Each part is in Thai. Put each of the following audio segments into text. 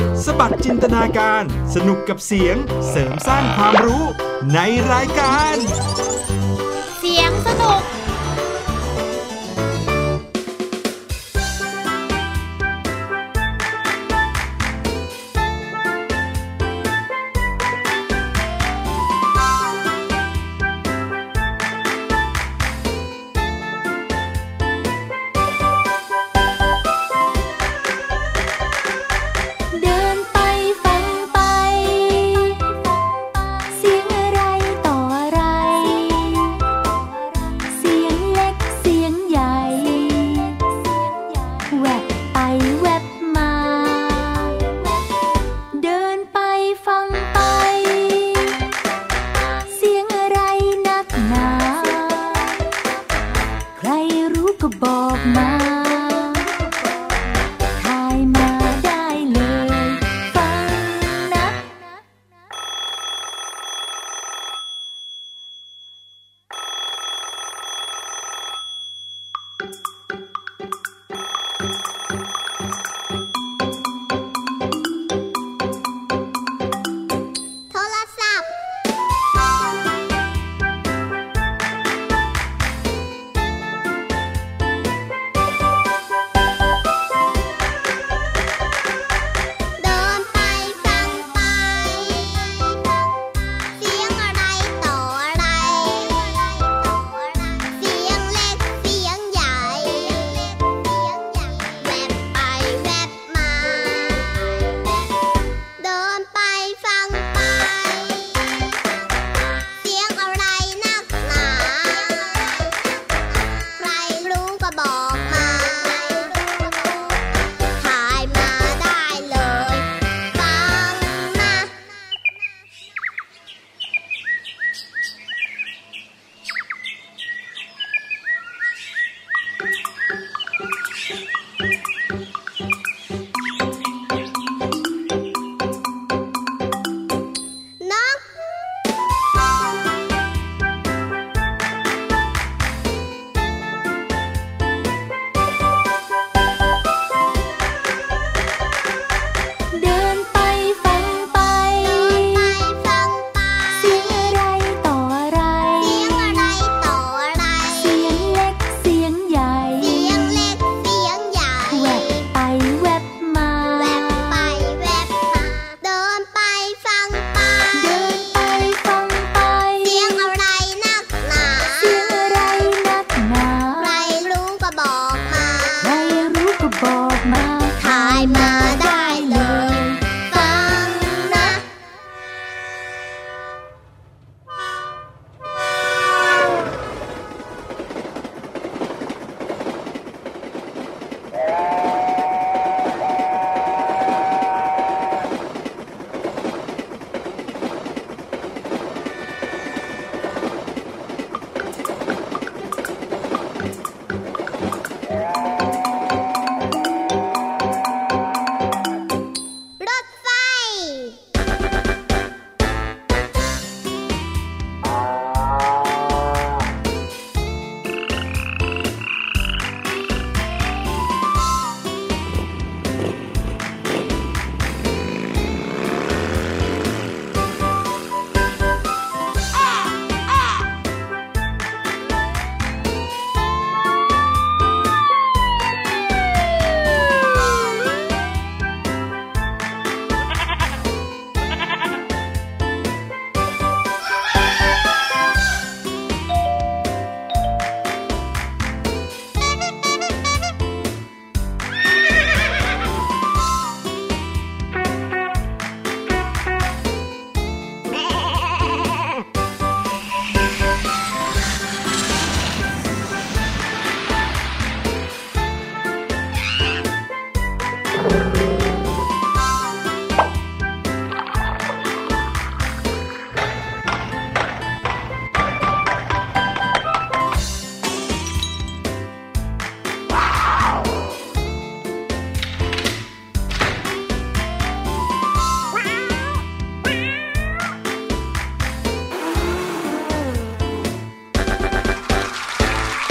สบัดจินตนาการสนุกกับเสียงเสริมสร้างความรู้ในรายการเสียงสนุก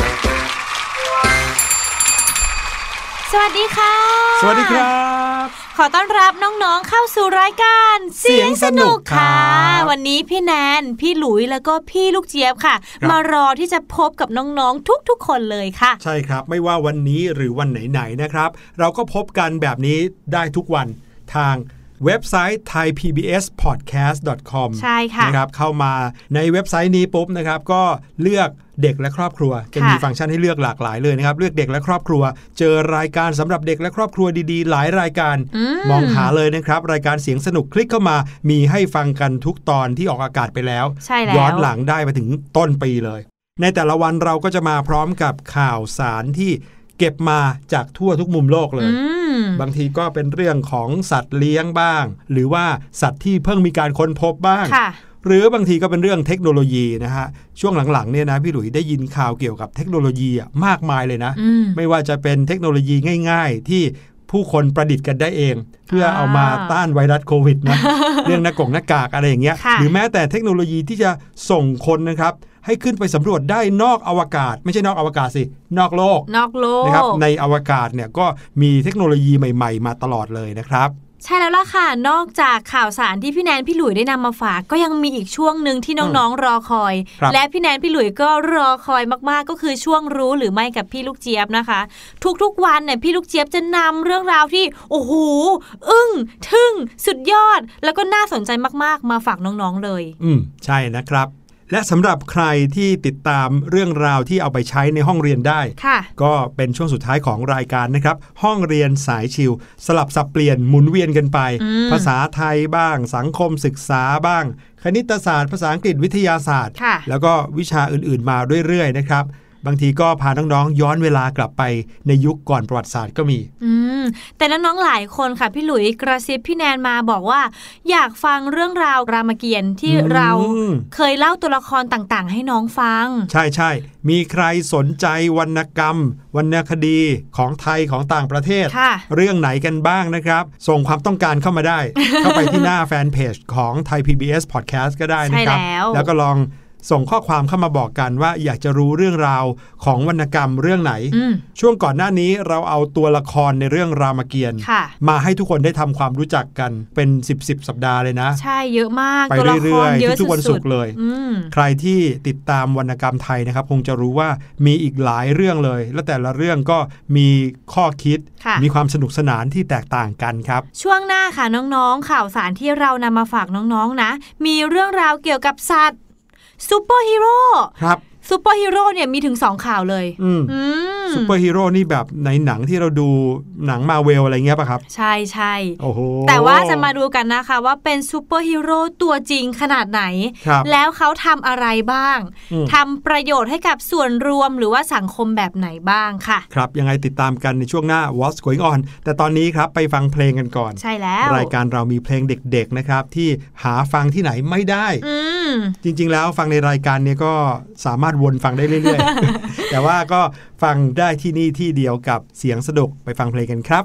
สวัสดีค่ะสวัสดีครับขขอต้อนรับน้องๆเข้าสู่รายการเสียงสนุกค่ะวันนี้พี่แนนพี่หลุยแล้วก็พี่ลูกเจี๊ยบค่ะมารอที่จะพบกับน้องๆทุกๆคนเลยค่ะใช่ครับไม่ว่าวันนี้หรือวันไหนๆนะครับเราก็พบกันแบบนี้ได้ทุกวันทางเว็บไซต์ thaipbspodcast.com ใช่ค่ะนะครับเข้ามาในเว็บไซต์นี้ปุ๊บนะครับก็เลือกเด็กและครอบครัวจะมีฟังก์ชันให้เลือกหลากหลายเลยนะครับเลือกเด็กและครอบครัวเจอรายการสำหรับเด็กและครอบครัวดีๆหลายรายการมองหาเลยนะครับรายการเสียงสนุกคลิกเข้ามามีให้ฟังกันทุกตอนที่ออกอากาศไปแล้วย้อนหลังได้มาถึงต้นปีเลยในแต่ละวันเราก็จะมาพร้อมกับข่าวสารที่เก็บมาจากทั่วทุกมุมโลกเลยบางทีก็เป็นเรื่องของสัตว์เลี้ยงบ้างหรือว่าสัตว์ที่เพิ่งมีการค้นพบบ้างหรือบางทีก็เป็นเรื่องเทคโนโลยีนะฮะช่วงหลังๆเนี่ยนะพี่หลุยได้ยินข่าวเกี่ยวกับเทคโนโลยีมากมายเลยนะไม่ว่าจะเป็นเทคโนโลยีง่ายๆที่ผู้คนประดิษฐ์กันได้เองเพื่อเอามาต้านไวรัสโควิดนะ เรื่องหน้ากากอะไรอย่างเงี้ยหรือแม้แต่เทคโนโลยีที่จะส่งคนนะครับให้ขึ้นไปสำรวจได้นอกอวกาศไม่ใช่นอกอวกาศสินอกโลกนะครับในอวกาศเนี่ยก็มีเทคโนโลยีใหม่ๆมาตลอดเลยนะครับใช่แล้วล่ะค่ะนอกจากข่าวสารที่พี่แนนพี่หลุยได้นำมาฝากก็ยังมีอีกช่วงนึงที่น้องๆรอคอยและพี่แนนพี่หลุยก็รอคอยมากๆก็คือช่วงรู้หรือไม่กับพี่ลูกเจี๊ยบนะคะทุกๆวันเนี่ยพี่ลูกเจี๊ยบจะนำเรื่องราวที่โอ้โหอึ้งทึ่งสุดยอดแล้วก็น่าสนใจมากๆมาฝากน้องๆเลยใช่นะครับและสำหรับใครที่ติดตามเรื่องราวที่เอาไปใช้ในห้องเรียนได้ก็เป็นช่วงสุดท้ายของรายการนะครับห้องเรียนสายชิลสลับสับเปลี่ยนหมุนเวียนกันไปภาษาไทยบ้างสังคมศึกษาบ้างคณิตศาสตร์ภาษาอังกฤษวิทยาศาสตร์แล้วก็วิชาอื่นๆมาเรื่อยๆนะครับบางทีก็พาน้องๆย้อนเวลากลับไปในยุคก่อนประวัติศาสตร์ก็มีแต่น้องๆหลายคนค่ะพี่หลุยกระซิบพี่แนนมาบอกว่าอยากฟังเรื่องราวรามเกียรติ์ที่เราเคยเล่าตัวละครต่างๆให้น้องฟังใช่ๆมีใครสนใจวรรณกรรมวรรณคดีของไทยของต่างประเทศเรื่องไหนกันบ้างนะครับส่งความต้องการเข้ามาได้ เข้าไปที่หน้าแฟนเพจของ Thai PBS Podcast ก็ได้นะครับแล้วก็ลองส่งข้อความเข้ามาบอกกันว่าอยากจะรู้เรื่องราวของวรรณกรรมเรื่องไหนช่วงก่อนหน้านี้เราเอาตัวละครในเรื่องรามเกียรติ์มาให้ทุกคนได้ทำความรู้จักกันเป็น10สัปดาห์เลยนะใช่เยอะมากไปเรื่อยๆทุกวันศุกร์เลยใครที่ติดตามวรรณกรรมไทยนะครับคงจะรู้ว่ามีอีกหลายเรื่องเลยและแต่ละเรื่องก็มีข้อคิดมีความสนุกสนานที่แตกต่างกันครับช่วงหน้าค่ะน้องๆข่าวสารที่เรานำมาฝากน้องๆนะมีเรื่องราวเกี่ยวกับสัตว์ซูเปอร์ฮีโร่ครับซูเปอร์ฮีโร่เนี่ยมีถึง2ข่าวเลยซูเปอร์ฮีโร่นี่แบบในหนังที่เราดูหนังมาเวลอะไรเงี้ยป่ะครับใช่โอ้โหแต่ว่าจะมาดูกันนะคะว่าเป็นซูเปอร์ฮีโร่ตัวจริงขนาดไหนแล้วเขาทำอะไรบ้างทำประโยชน์ให้กับส่วนรวมหรือว่าสังคมแบบไหนบ้างค่ะครับยังไงติดตามกันในช่วงหน้า What's Going On แต่ตอนนี้ครับไปฟังเพลงกันก่อนใช่แล้วรายการเรามีเพลงเด็กๆนะครับที่หาฟังที่ไหนไม่ได้จริงๆแล้วฟังในรายการนี้ก็สามารถวนฟังได้เรื่อยๆ แต่ว่าก็ฟังได้ที่นี่ที่เดียวกับเสียงสนุกไปฟังเพลงกันครับ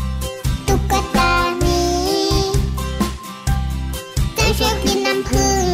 ชอบกินน้ำผึ้ง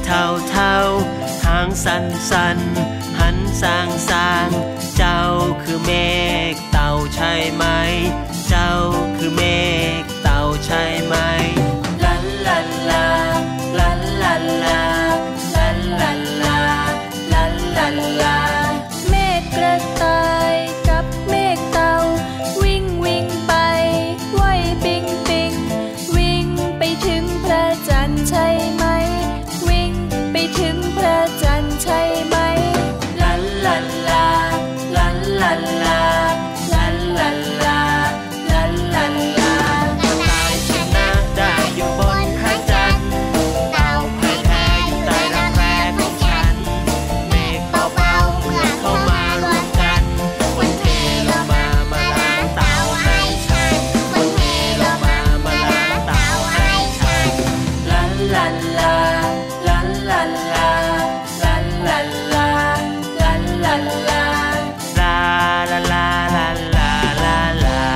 เท่าๆหางสันๆหันสางๆเจ้าคือเมฆเต่าใช่ไหมเจ้าคือเมฆเต่าใช่ไหมลันลันลาลันลันลาลันลันลาลันลันลาเมฆกระต่ายกับเมฆเต่าวิ่งไปว่ายปิงวิ่งไปถึงพระจันทร์ใช่ไหมวิ่งไปถึงพระจันทร์ใช่ไหมลันลันลาลันลันลาลันลันลาลันลันลาตายชนะได้อยู่บนพระจันทร์เต่าพ่ายแพ้อยู่ใต้รักแร้ของฉันเมฆเบาๆเมื่อเข้ามารวมกันวันเทลงมาล้างเต่าให้ฉันวันเทลงมาล้างเต่าให้ฉันลันลันลาลันลันลาลันลันลาลันลันลาลาลาลาลาลาลาลา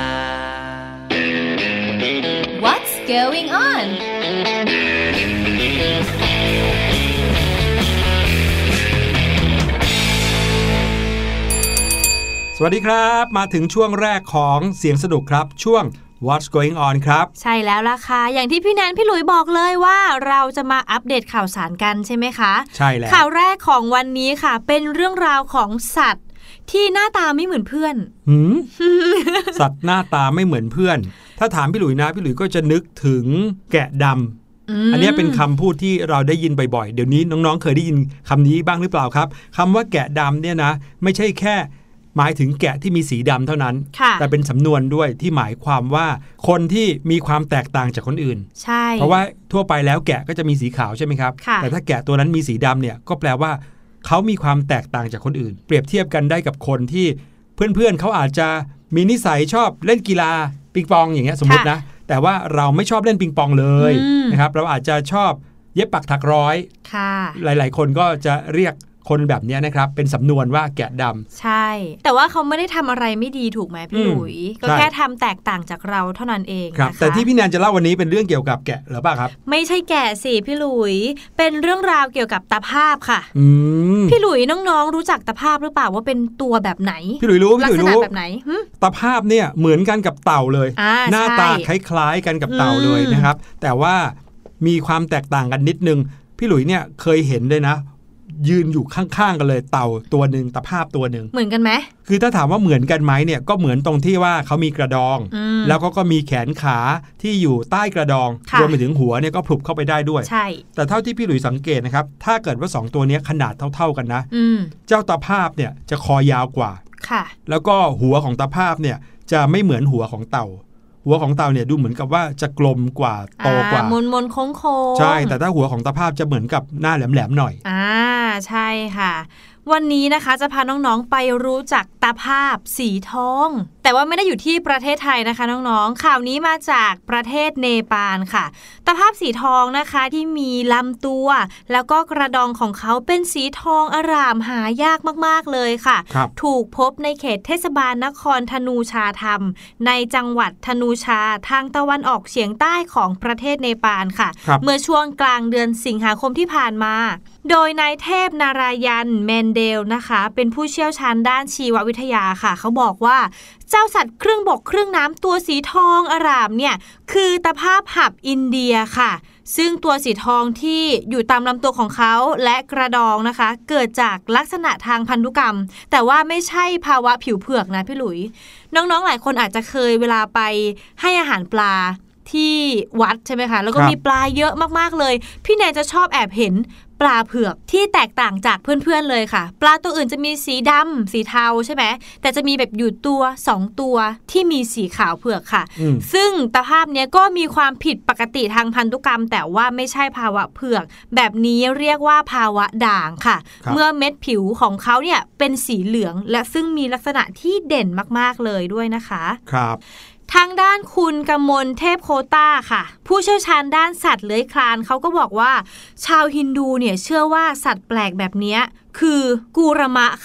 What's going on? สวัสดีครับมาถึงช่วงแรกของเสียงสนุกครับช่วง What's going on ครับใช่แล้วล่ะค่ะอย่างที่พี่แนนพี่หลุยบอกเลยว่าเราจะมาอัปเดตข่าวสารกันใช่ไหมคะใช่แล้วข่าวแรกของวันนี้ค่ะเป็นเรื่องราวของสัตว์ที่หน้าตาไม่เหมือนเพื่อนสัตว์หน้าตาไม่เหมือนเพื่อนถ้าถามพี่หลุยนะพี่หลุยก็จะนึกถึงแกะดำอันนี้เป็นคำพูดที่เราได้ยินบ่อยๆเดี๋ยวนี้น้องๆเคยได้ยินคำนี้บ้างหรือเปล่าครับคำว่าแกะดำเนี่ยนะไม่ใช่แค่หมายถึงแกะที่มีสีดำเท่านั้นแต่เป็นสำนวนด้วยที่หมายความว่าคนที่มีความแตกต่างจากคนอื่นใช่เพราะว่าทั่วไปแล้วแกะก็จะมีสีขาวใช่ไหมครับแต่ถ้าแกะตัวนั้นมีสีดำเนี่ยก็แปลว่าเขามีความแตกต่างจากคนอื่นเปรียบเทียบกันได้กับคนที่เพื่อนๆเขาอาจจะมีนิสัยชอบเล่นกีฬาปิงปองอย่างเงี้ยสมมตินะแต่ว่าเราไม่ชอบเล่นปิงปองเลยนะครับเราอาจจะชอบเย็บปักถักร้อยหลายๆคนก็จะเรียกคนแบบนี้นะครับเป็นสำนวนว่าแกะดำใช่แต่ว่าเขาไม่ได้ทำอะไรไม่ดีถูกไหมพี่หลุยก็แค่ทำแตกต่างจากเราเท่านั้นเองครับแต่ที่พี่แนนจะเล่าวันนี้เป็นเรื่องเกี่ยวกับแกะหรือเปล่าครับไม่ใช่แกะสิพี่หลุยเป็นเรื่องราวเกี่ยวกับตะภาพค่ะพี่หลุยน้องๆรู้จักตะภาพหรือเปล่าว่าเป็นตัวแบบไหนพี่หลุยรู้ลักษณะแบบไหนตะภาพเนี่ยเหมือนกันกับเต่าเลยหน้าตาคล้ายๆกันกับเต่าเลยนะครับแต่ว่ามีความแตกต่างกันนิดนึงพี่หลุยเนี่ยเคยเห็นเลยนะยืนอยู่ข้างๆกันเลยเต่าตัวนึงตะภาพตัวนึงเหมือนกันไหมคือถ้าถามว่าเหมือนกันไหมเนี่ยก็เหมือนตรงที่ว่าเขามีกระดองแล้วก็มีแขนขาที่อยู่ใต้กระดองรวมไปถึงหัวเนี่ยก็พลุบเข้าไปได้ด้วยใช่แต่เท่าที่พี่หลุยสังเกตนะครับถ้าเกิดว่า2ตัวนี้ขนาดเท่าๆกันนะเจ้าตะภาพเนี่ยจะคอยาวกว่าแล้วก็หัวของตะภาพเนี่ยจะไม่เหมือนหัวของเต่าหัวของเต่าเนี่ยดูเหมือนกับว่าจะกลมกว่าโตกว่ามนโค้งใช่แต่ถ้าหัวของตะภาพจะเหมือนกับหน้าแหลมๆหน่อยใช่ค่ะวันนี้นะคะจะพาน้องๆไปรู้จักตะภาพสีทองแต่ว่าไม่ได้อยู่ที่ประเทศไทยนะคะน้องๆข่าวนี้มาจากประเทศเนปาลค่ะตะภาพสีทองนะคะที่มีลำตัวแล้วก็กระดองของเขาเป็นสีทองอร่ามหายากมากๆเลยค่ะถูกพบในเขตเทศบาลนครธนูชาธรรมในจังหวัดธนูชาทางตะวันออกเฉียงใต้ของประเทศเนปาลค่ะเมื่อช่วงกลางเดือนสิงหาคมที่ผ่านมาโดยนายเทพนารายันแมนเดลนะคะเป็นผู้เชี่ยวชาญด้านชีววิทยาค่ะเขาบอกว่าเจ้าสัตว์ครึ่งบกครึ่งน้ำตัวสีทองอร่ามเนี่ยคือตะภาพหับอินเดียค่ะซึ่งตัวสีทองที่อยู่ตามลำตัวของเขาและกระดองนะคะเกิดจากลักษณะทางพันธุกรรมแต่ว่าไม่ใช่ภาวะผิวเผือกนะพี่หลุยน้องๆหลายคนอาจจะเคยเวลาไปให้อาหารปลาที่วัดใช่ไหมคะแล้วก็มีปลาเยอะมากๆเลยพี่แนนจะชอบแอบเห็นปลาเผือกที่แตกต่างจากเพื่อนๆเลยค่ะปลาตัวอื่นจะมีสีดำสีเทาใช่ไหมแต่จะมีแบบอยู่ตัว2ตัวที่มีสีขาวเผือกค่ะซึ่งตะภาพเนี้ยก็มีความผิดปกติทางพันธุกรรมแต่ว่าไม่ใช่ภาวะเผือกแบบนี้เรียกว่าภาวะด่างค่ะเมื่อเม็ดผิวของเขาเนี่ยเป็นสีเหลืองและซึ่งมีลักษณะที่เด่นมากๆเลยด้วยนะคะครับทางด้านคุณกมลเทพโคต้าค่ะผู้เชี่ยวชาญด้านสัตว์เลื้อยคลานเขาก็บอกว่าชาวฮินดูเนี่ยเชื่อว่าสัตว์แปลกแบบนี้คือกูรมะค่ะ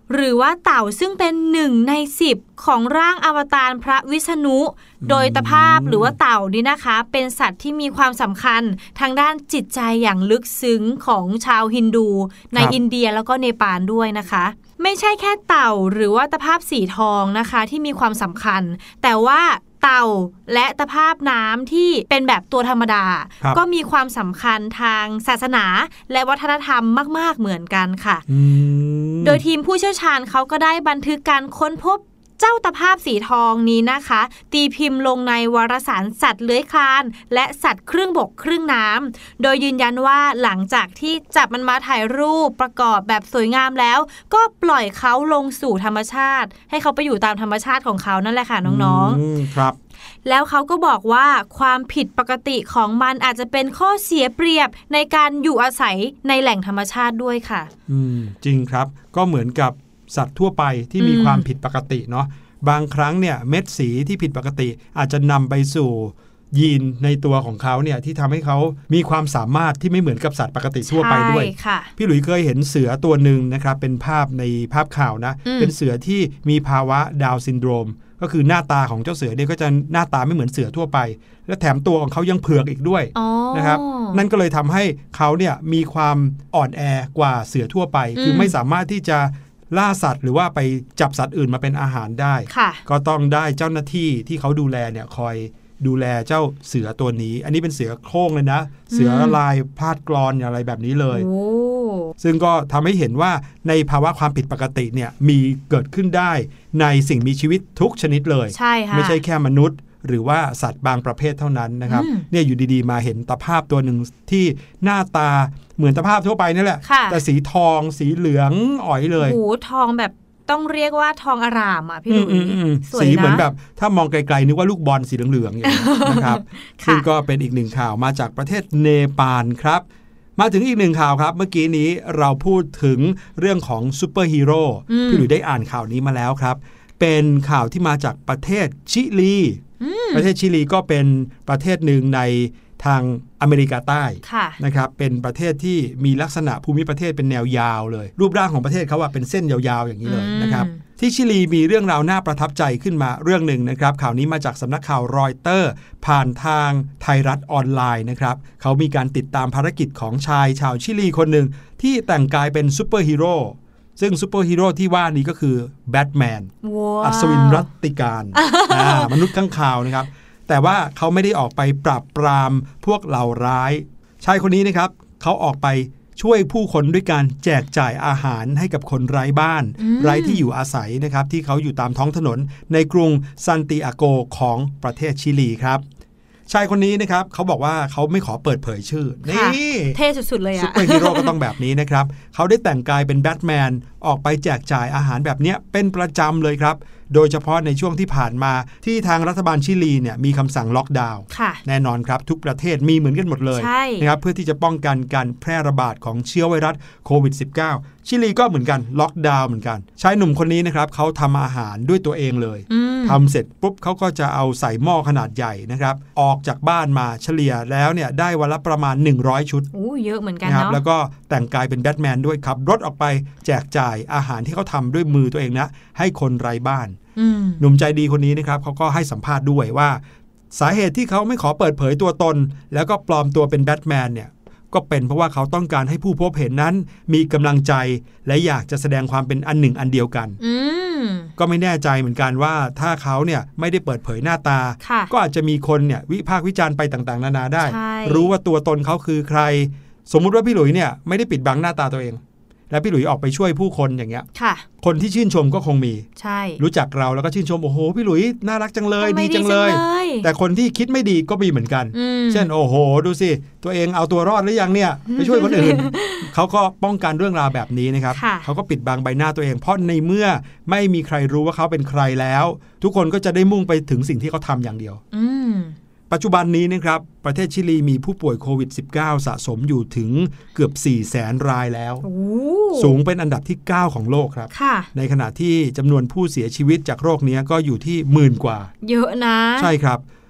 หรือว่าเต่าซึ่งเป็น1 ใน 10ของร่างอวตารพระวิษณุโดยตภาพหรือว่าเต่านี่นะคะเป็นสัตว์ที่มีความสำคัญทางด้านจิตใจอย่างลึกซึ้งของชาวฮินดูในอินเดียแล้วก็เนปาลด้วยนะคะไม่ใช่แค่เต่าหรือว่าตภาพสีทองนะคะที่มีความสำคัญแต่ว่าเต่าและตภาพน้ำที่เป็นแบบตัวธรรมดาก็มีความสำคัญทางศาสนาและวัฒนธรรมมากๆเหมือนกันค่ะโดยทีมผู้เชี่ยวชาญเขาก็ได้บันทึกการค้นพบเจ้าตภาพสีทองนี้นะคะตีพิมพ์ลงในวารสารสัตว์เลื้อยคลานและสัตว์ครึ่งบกครึ่งน้ำโดยยืนยันว่าหลังจากที่จับมันมาถ่ายรูปประกอบแบบสวยงามแล้วก็ปล่อยเขาลงสู่ธรรมชาติให้เขาไปอยู่ตามธรรมชาติของเขานั่นแหละค่ะน้องๆครับแล้วเขาก็บอกว่าความผิดปกติของมันอาจจะเป็นข้อเสียเปรียบในการอยู่อาศัยในแหล่งธรรมชาติด้วยค่ะจริงครับก็เหมือนกับสัตว์ทั่วไปที่มีความผิดปกติเนาะบางครั้งเนี่ยเม็ดสีที่ผิดปกติอาจจะนำไปสู่ยีนในตัวของเขาเนี่ยที่ทำให้เขามีความสามารถที่ไม่เหมือนกับสัตว์ปกติทั่วไปด้วยพี่หลุยเคยเห็นเสือตัวหนึ่งนะครับเป็นภาพในภาพข่าวนะเป็นเสือที่มีภาวะดาวน์ซินโดรมก็คือหน้าตาของเจ้าเสือเนี่ยก็จะหน้าตาไม่เหมือนเสือทั่วไปและแถมตัวของเขายังเผือกอีกด้วยนะครับนั่นก็เลยทำให้เขาเนี่ยมีความอ่อนแอกว่าเสือทั่วไปคือไม่สามารถที่จะล่าสัตว์หรือว่าไปจับสัตว์อื่นมาเป็นอาหารได้ก็ต้องได้เจ้าหน้าที่ที่เขาดูแลเนี่ยคอยดูแลเจ้าเสือตัวนี้อันนี้เป็นเสือโคร่งเลยนะเสือลายพาดกลอนอะไรแบบนี้เลยซึ่งก็ทำให้เห็นว่าในภาวะความผิดปกติเนี่ยมีเกิดขึ้นได้ในสิ่งมีชีวิตทุกชนิดเลยไม่ใช่แค่มนุษย์หรือว่าสัตว์บางประเภทเท่านั้นนะครับเนี่ยอยู่ดีๆมาเห็นตภาพตัวหนึ่งที่หน้าตาเหมือนตภาพทั่วไปนี่แหละแต่สีทองสีเหลืองอ๋อยเลยโอ้ทองแบบต้องเรียกว่าทองอร่ามอ่ะพี่หลุยสีเหมือนแบบถ้ามองไกลๆนึกว่าลูกบอลสีเหลืองๆอย่างนี้นะครับซึ่งก็เป็นอีกหนึ่งข่าวมาจากประเทศเนปาลครับมาถึงอีกหนึ่งข่าวครับเมื่อกี้นี้เราพูดถึงเรื่องของซูเปอร์ฮีโร่พี่หลุยได้อ่านข่าวนี้มาแล้วครับเป็นข่าวที่มาจากประเทศชิลีประเทศชิลีก็เป็นประเทศหนึ่งในทางอเมริกาใต้นะครับเป็นประเทศที่มีลักษณะภูมิประเทศเป็นแนวยาวเลยรูปร่างของประเทศเขาเป็นเส้นยาวๆอย่างนี้เลยนะครับที่ชิลีมีเรื่องราวน่าประทับใจขึ้นมาเรื่องหนึ่งนะครับข่าวนี้มาจากสำนักข่าวรอยเตอร์ผ่านทางไทยรัฐออนไลน์นะครับเขามีการติดตามภารกิจของชายชาวชิลีคนหนึ่งที่แต่งกายเป็นซูเปอร์ฮีโร่ซึ่งซูเปอร์ฮีโร่ที่ว่านี้ก็คือแบทแมนอัศวินรัตติการมนุษย์ข้างคาวนะครับแต่ว่าเขาไม่ได้ออกไปปราบปรามพวกเหล่าร้ายชายคนนี้นะครับเขาออกไปช่วยผู้คนด้วยการแจกจ่ายอาหารให้กับคนไร้บ้านไร้ที่อยู่อาศัยนะครับที่เขาอยู่ตามท้องถนนในกรุงซันติอาโกของประเทศชิลีครับชายคนนี้นะครับเขาบอกว่าเขาไม่ขอเปิดเผยชื่อนี่เท่สุดๆเลยอะซุปเปอร์ฮีโร่ก็ต้องแบบนี้นะครับเขาได้แต่งกายเป็นแบทแมนออกไปแจกจ่ายอาหารแบบนี้เป็นประจำเลยครับโดยเฉพาะในช่วงที่ผ่านมาที่ทางรัฐบาลชิลีเนี่ยมีคำสั่งล็อกดาวน์แน่นอนครับทุกประเทศมีเหมือนกันหมดเลยนะครับเพื่อที่จะป้องกันการแพร่ระบาดของเชื้อไวรัสโควิด -19 ชิลีก็เหมือนกันล็อกดาวน์เหมือนกันชายหนุ่มคนนี้นะครับเขาทำอาหารด้วยตัวเองเลยทำเสร็จปุ๊บเขาก็จะเอาใส่หม้อขนาดใหญ่นะครับออกจากบ้านมาเฉลี่ยแล้วเนี่ยได้วันละประมาณ100ชุดเยอะเหมือนกันเนาะแล้วก็แต่งกายเป็นแบทแมนด้วยขับรถออกไปแจกจ่ายอาหารที่เขาทำด้วยมือตัวเองนะให้คนไร้บ้านหนุ่มใจดีคนนี้นะครับเขาก็ให้สัมภาษณ์ด้วยว่าสาเหตุที่เขาไม่ขอเปิดเผยตัวตนแล้วก็ปลอมตัวเป็นแบทแมนเนี่ยก็เป็นเพราะว่าเขาต้องการให้ผู้พบเห็นนั้นมีกำลังใจและอยากจะแสดงความเป็นอันหนึ่งอันเดียวกันก็ไม่แน่ใจเหมือนกันว่าถ้าเขาเนี่ยไม่ได้เปิดเผยหน้าตาก็อาจจะมีคนเนี่ยวิพากษ์วิจารณ์ไปต่างๆนานาได้รู้ว่าตัวตนเขาคือใครสมมุติว่าพี่หลุยเนี่ยไม่ได้ปิดบังหน้าตาตัวเองแล้วพี่หลุยออกไปช่วยผู้คนอย่างเงี้ยคนที่ชื่นชมก็คงมีรู้จักเราแล้วก็ชื่นชมโอ้โหพี่หลุยน่ารักจังเลยดีจังเลยแต่คนที่คิดไม่ดีก็มีเหมือนกันเช่นโอ้โหดูสิตัวเองเอาตัวรอดหรือยังเนี่ยไปช่วยคนอื่น เขาก็ป้องกันเรื่องราวแบบนี้นะครับเขาก็ปิดบังใบหน้าตัวเองเพราะในเมื่อไม่มีใครรู้ว่าเขาเป็นใครแล้วทุกคนก็จะได้มุ่งไปถึงสิ่งที่เขาทำอย่างเดียวปัจจุบันนี้นะครับประเทศชิลีมีผู้ป่วยโควิด -19 สะสมอยู่ถึงเกือบ 400,000 รายแล้วสูงเป็นอันดับที่ 9 ของโลกครับในขณะที่จำนวนผู้เสียชีวิตจากโรคนี้ก็อยู่ที่10,000 กว่าเยอะนะใช่ครับ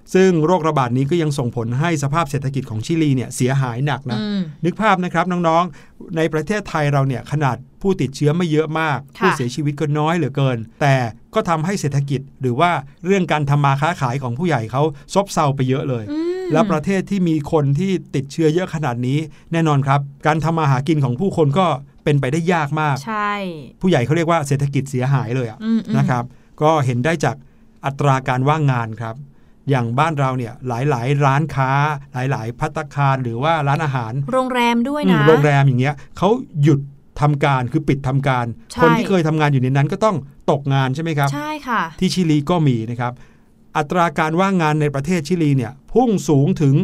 ซึ่งโรคระบาดนี้ก็ยังส่งผลให้สภาพเศรษฐกิจของชิลีเนี่ยเสียหายหนักนะนึกภาพนะครับน้องๆในประเทศไทยเราเนี่ยขนาดผู้ติดเชื้อไม่เยอะมากผู้เสียชีวิตก็น้อยเหลือเกินแต่ก็ทำให้เศรษฐกิจหรือว่าเรื่องการทำมาค้าขายของผู้ใหญ่เขาซบเซาไปเยอะเลยแล้วประเทศที่มีคนที่ติดเชื้อเยอะขนาดนี้แน่นอนครับการทำมาหากินของผู้คนก็เป็นไปได้ยากมากใช่ผู้ใหญ่เขาเรียกว่าเศรษฐกิจเสียหายเลยนะครับก็เห็นได้จากอัตราการว่างงานครับอย่างบ้านเราเนี่ยหลายๆร้านค้าหลายๆภัตตาคารหรือว่าร้านอาหารโรงแรมด้วยนะโรงแรมอย่างเงี้ยเขาหยุดทำการคือปิดทำการคนที่เคยทำงานอยู่ในนั้นก็ต้องตกงานใช่ไหมครับใช่ค่ะที่ชิลีก็มีนะครับอัตราการว่างงานในประเทศชิลีเนี่ยพุ่งสูงถึง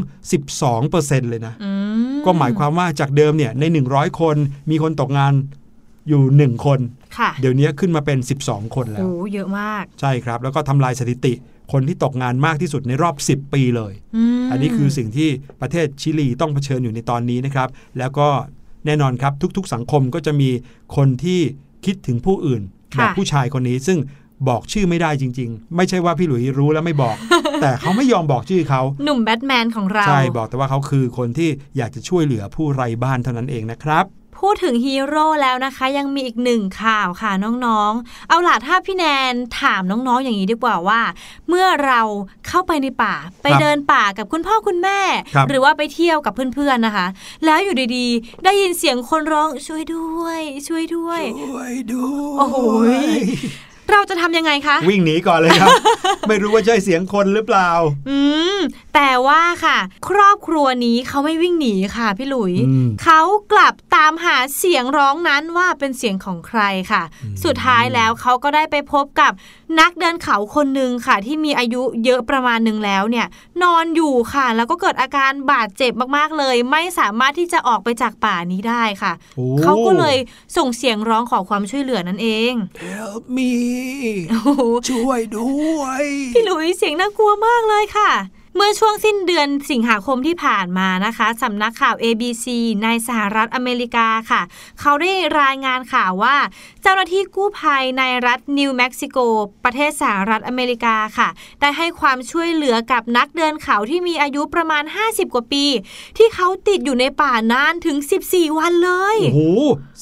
12% เลยนะก็หมายความว่าจากเดิมเนี่ยใน100คนมีคนตกงานอยู่1คนเดี๋ยวนี้ขึ้นมาเป็น12คนแล้วโอ้เยอะมากใช่ครับแล้วก็ทำลายสถิติคนที่ตกงานมากที่สุดในรอบ10ปีเลยอันนี้คือสิ่งที่ประเทศชิลีต้องเผชิญอยู่ในตอนนี้นะครับแล้วก็แน่นอนครับทุกๆสังคมก็จะมีคนที่คิดถึงผู้อื่นแบบผู้ชายคนนี้ซึ่งบอกชื่อไม่ได้จริงๆไม่ใช่ว่าพี่หลุยรู้แล้วไม่บอก แต่เขาไม่ยอมบอกชื่อเขาหนุ่มแบทแมนของเราใช่บอกแต่ว่าเขาคือคนที่อยากจะช่วยเหลือผู้ไร้บ้านเท่านั้นเองนะครับพูดถึงฮีโร่แล้วนะคะยังมีอีกหนึ่งข่าวค่ะน้องๆเอาล่ะถ้าพี่แนนถามน้องๆอย่างนี้ดีกว่าว่าเมื่อเราเข้าไปในป่าไปเดินป่ากับคุณพ่อคุณแม่หรือว่าไปเที่ยวกับเพื่อนๆนะคะแล้วอยู่ดีๆได้ยินเสียงคนร้องช่วยด้วยช่วยด้วยช่วยด้วยโอ้โหเราจะทำยังไงคะวิ่งหนีก่อนเลยครับ ไม่รู้ว่าใช่เสียงคนหรือเปล่าแต่ว่าค่ะครอบครัวนี้เขาไม่วิ่งหนีค่ะพี่หลุยเขากลับตามหาเสียงร้องนั้นว่าเป็นเสียงของใครค่ะสุดท้ายแล้วเขาก็ได้ไปพบกับนักเดินเขาคนนึงค่ะที่มีอายุเยอะประมาณนึงแล้วเนี่ยนอนอยู่ค่ะแล้วก็เกิดอาการบาดเจ็บมากๆเลยไม่สามารถที่จะออกไปจากป่านี้ได้ค่ะเขาก็เลยส่งเสียงร้องขอความช่วยเหลือนั่นเอง Help me ช่วยด้วยพี่หลุยเสียงน่ากลัวมากเลยค่ะเมื่อช่วงสิ้นเดือนสิงหาคมที่ผ่านมานะคะสำนักข่าว ABC ในสหรัฐอเมริกาค่ะเขาได้รายงานข่าวว่าเจ้าหน้าที่กู้ภัยในรัฐนิวเม็กซิโกประเทศสหรัฐอเมริกาค่ะได้ให้ความช่วยเหลือกับนักเดินเขาที่มีอายุประมาณ50กว่าปีที่เขาติดอยู่ในป่านานถึง14วันเลยโอ้โห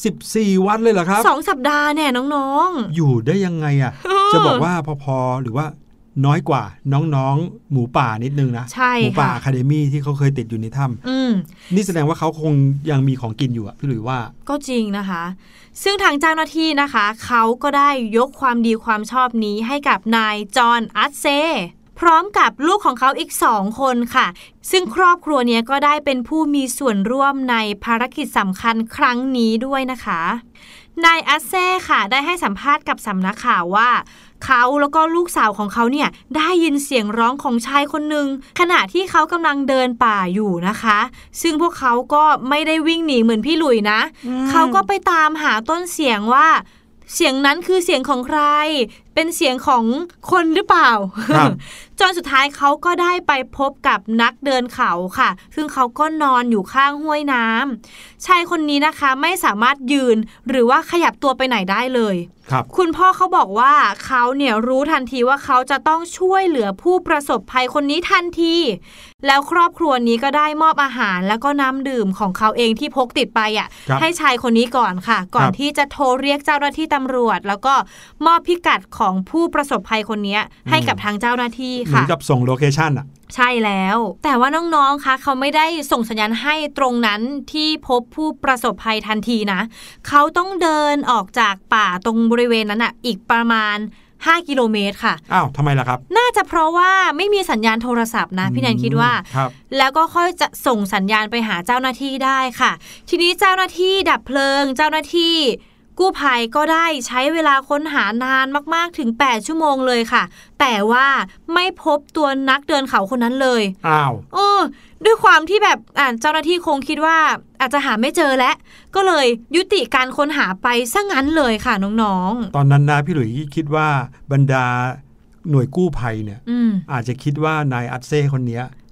14วันเลยเหรอครับ 2สัปดาห์เนี่ยน้องๆอยู่ได้ยังไงอ่ะ จะบอกว่าพอหรือว่าน้อยกว่าน้องๆหมูป่านิดนึงนะหมูป่าอะคาเดมี่ที่เขาเคยติดอยู่ในถ้ำนี่แสดงว่าเขาคงยังมีของกินอยู่อ่ะพี่หลุยว่าก็จริงนะคะซึ่งทางเจ้าหน้าที่นะคะเขาก็ได้ยกความดีความชอบนี้ให้กับนายจอห์นอัตเซพร้อมกับลูกของเขาอีก2คนค่ะซึ่งครอบครัวนี้ก็ได้เป็นผู้มีส่วนร่วมในภารกิจสำคัญครั้งนี้ด้วยนะคะนายอัตเซ่ค่ะได้ให้สัมภาษณ์กับสำนักข่าวว่าเขาแล้วก็ลูกสาวของเขาเนี่ยได้ยินเสียงร้องของชายคนหนึ่งขณะที่เขากำลังเดินป่าอยู่นะคะซึ่งพวกเขาก็ไม่ได้วิ่งหนีเหมือนพี่หลุยนะเขาก็ไปตามหาต้นเสียงว่าเสียงนั้นคือเสียงของใครเป็นเสียงของคนหรือเปล่า จนสุดท้ายเขาก็ได้ไปพบกับนักเดินเขาค่ะซึ่งเขาก็นอนอยู่ข้างห้วยน้ำชายคนนี้นะคะไม่สามารถยืนหรือว่าขยับตัวไปไหนได้เลยคุณพ่อเขาบอกว่าเขาเนี่ยรู้ทันทีว่าเขาจะต้องช่วยเหลือผู้ประสบภัยคนนี้ทันทีแล้วครอบครัวนี้ก็ได้มอบอาหารแล้วก็น้ำดื่มของเขาเองที่พกติดไปอ่ะให้ชายคนนี้ก่อนค่ะก่อนที่จะโทรเรียกเจ้าหน้าที่ตำรวจแล้วก็มอบพิกัดของผู้ประสบภัยคนนี้ให้กับทางเจ้าหน้าที่ค่ะเหมือนกับส่งโลเคชั่นอ่ะใช่แล้วแต่ว่าน้องๆคะเขาไม่ได้ส่งสัญญาณให้ตรงนั้นที่พบผู้ประสบภัยทันทีนะเขาต้องเดินออกจากป่าตรงบริเวณนั้นอ่ะอีกประมาณ5กิโลเมตรค่ะอ้าวทำไมล่ะครับน่าจะเพราะว่าไม่มีสัญญาณโทรศัพท์นะพี่แนนคิดว่าแล้วก็ค่อยจะส่งสัญญาณไปหาเจ้าหน้าที่ได้ค่ะทีนี้เจ้าหน้าที่ดับเพลิงเจ้าหน้าที่กู้ภัยก็ได้ใช้เวลาค้นหานานมากๆถึง8ชั่วโมงเลยค่ะแต่ว่าไม่พบตัวนักเดินเขาคนนั้นเลยอ้าวด้วยความที่แบบเจ้าหน้าที่คงคิดว่าอาจจะหาไม่เจอแล้วก็เลยยุติการค้นหาไปซะงั้นเลยค่ะน้องๆตอนนั้นนะพี่หลุยคิดว่าบรรดาหน่วยกู้ภัยเนี่ยอาจจะคิดว่านายอัตเซ่คนนี้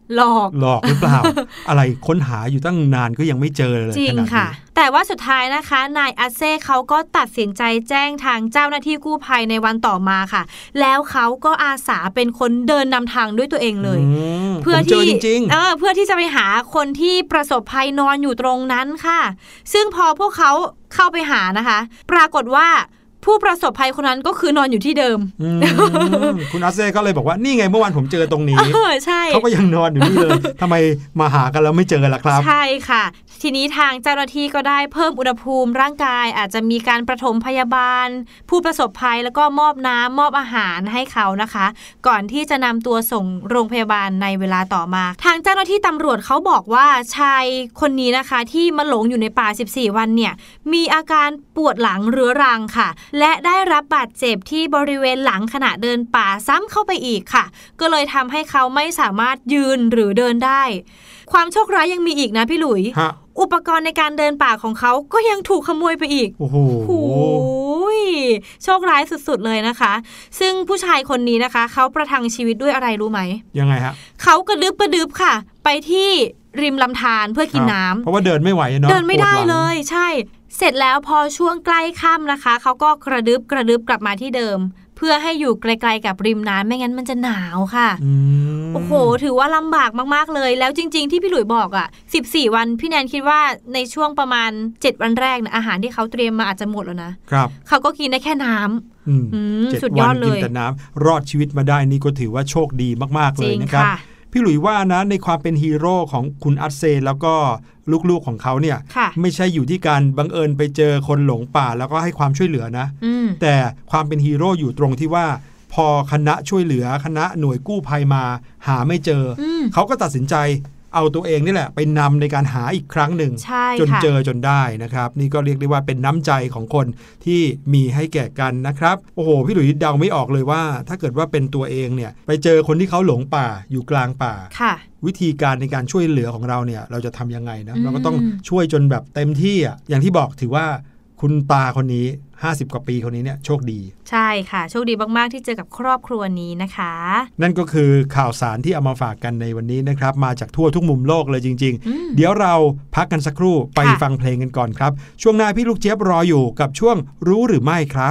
หลอกหรือเปล่า อะไรค้นหาอยู่ตั้งนานก็ยังไม่เจอเลยจริงค่ะแต่ว่าสุดท้ายนะคะนายอาเซ่เขาก็ตัดสินใจแจ้งทางเจ้าหน้าที่กู้ภัยในวันต่อมาค่ะแล้วเขาก็อาสาเป็นคนเดินนำทางด้วยตัวเองเลยเพื่อที่จะไปหาคนที่ประสบภัยนอนอยู่ตรงนั้นค่ะซึ่งพอพวกเขาเข้าไปหานะคะปรากฏว่าผู้ประสบภัยคนนั้นก็คือนอนอยู่ที่เดิมคุณอาเซ่ก็เลยบอกว่านี่ไงเมื่อวานผมเจอตรงนี้ใช่เขาก็ยังนอนอยู่นี่เลย ทำไมมาหากันแล้วไม่เจอล่ะครับใช่ค่ะทีนี้ทางเจ้าหน้าที่ก็ได้เพิ่มอุณหภูมิร่างกายอาจจะมีการปฐมพยาบาลผู้ประสบภัยแล้วก็มอบน้ำมอบอาหารให้เขานะคะก่อนที่จะนำตัวส่งโรงพยาบาลในเวลาต่อมาทางเจ้าหน้าที่ตำรวจเขาบอกว่าชายคนนี้นะคะที่มาหลงอยู่ในป่า14วันเนี่ยมีอาการปวดหลังเรื้อรังค่ะและได้รับบาดเจ็บที่บริเวณหลังขณะเดินป่าซ้ำเข้าไปอีกค่ะก็เลยทำให้เขาไม่สามารถยืนหรือเดินได้ความโชคร้ายยังมีอีกนะพี่หลุยอุปกรณ์ในการเดินป่าของเขาก็ยังถูกขโมยไปอีกโอ้โหโชคร้ายสุดๆเลยนะคะซึ่งผู้ชายคนนี้นะคะเขาประทังชีวิตด้วยอะไรรู้ไหมยังไงฮะเขากระดึบค่ะไปที่ริมลำธารเพื่อกินน้ำเพราะว่าเดินไม่ไหวเนาะเดินไม่ได้เลยใช่เสร็จแล้วพอช่วงใกล้ค่ำนะคะเขาก็กระดึบกลับมาที่เดิมเพื่อให้อยู่ไกลๆกับริมน้ำไม่งั้นมันจะหนาวค่ะโอ้โหถือว่าลำบากมากๆเลยแล้วจริงๆที่พี่หลุยบอกอ่ะ14วันพี่แนนคิดว่าในช่วงประมาณ7วันแรกนะอาหารที่เขาเตรียมมาอาจจะหมดแล้วนะครับเขาก็กินได้แค่น้ำสุดยอดเลยกินแต่น้ำรอดชีวิตมาได้นี่ก็ถือว่าโชคดีมากๆเลยนะครับพี่หลุยว่านะในความเป็นฮีโร่ของคุณอัตเซแล้วก็ลูกๆของเขาเนี่ยไม่ใช่อยู่ที่การบังเอิญไปเจอคนหลงป่าแล้วก็ให้ความช่วยเหลือนะแต่ความเป็นฮีโร่อยู่ตรงที่ว่าพอคณะช่วยเหลือคณะหน่วยกู้ภัยมาหาไม่เจอเขาก็ตัดสินใจเอาตัวเองนี่แหละไปนำในการหาอีกครั้งหนึ่งจนเจอจนได้นะครับนี่ก็เรียกได้ว่าเป็นน้ำใจของคนที่มีให้แก่กันนะครับโอ้โหพี่หลุยส์เดาไม่ออกเลยว่าถ้าเกิดว่าเป็นตัวเองเนี่ยไปเจอคนที่เขาหลงป่าอยู่กลางป่าวิธีการในการช่วยเหลือของเราเนี่ยเราจะทำยังไงนะเราก็ต้องช่วยจนแบบเต็มที่อ่ะอย่างที่บอกถือว่าคุณตาคนนี้50กว่าปีคนนี้เนี่ยโชคดีใช่ค่ะโชคดีมากๆที่เจอกับครอบครัวนี้นะคะนั่นก็คือข่าวสารที่เอามาฝากกันในวันนี้นะครับมาจากทั่วทุกมุมโลกเลยจริงๆเดี๋ยวเราพักกันสักครู่ไปฟังเพลงกันก่อนครับช่วงหน้าพี่ลูกเจี๊ยบรออยู่กับช่วงรู้หรือไม่ครับ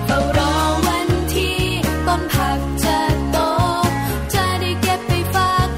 จะได้เก็บไปฝาก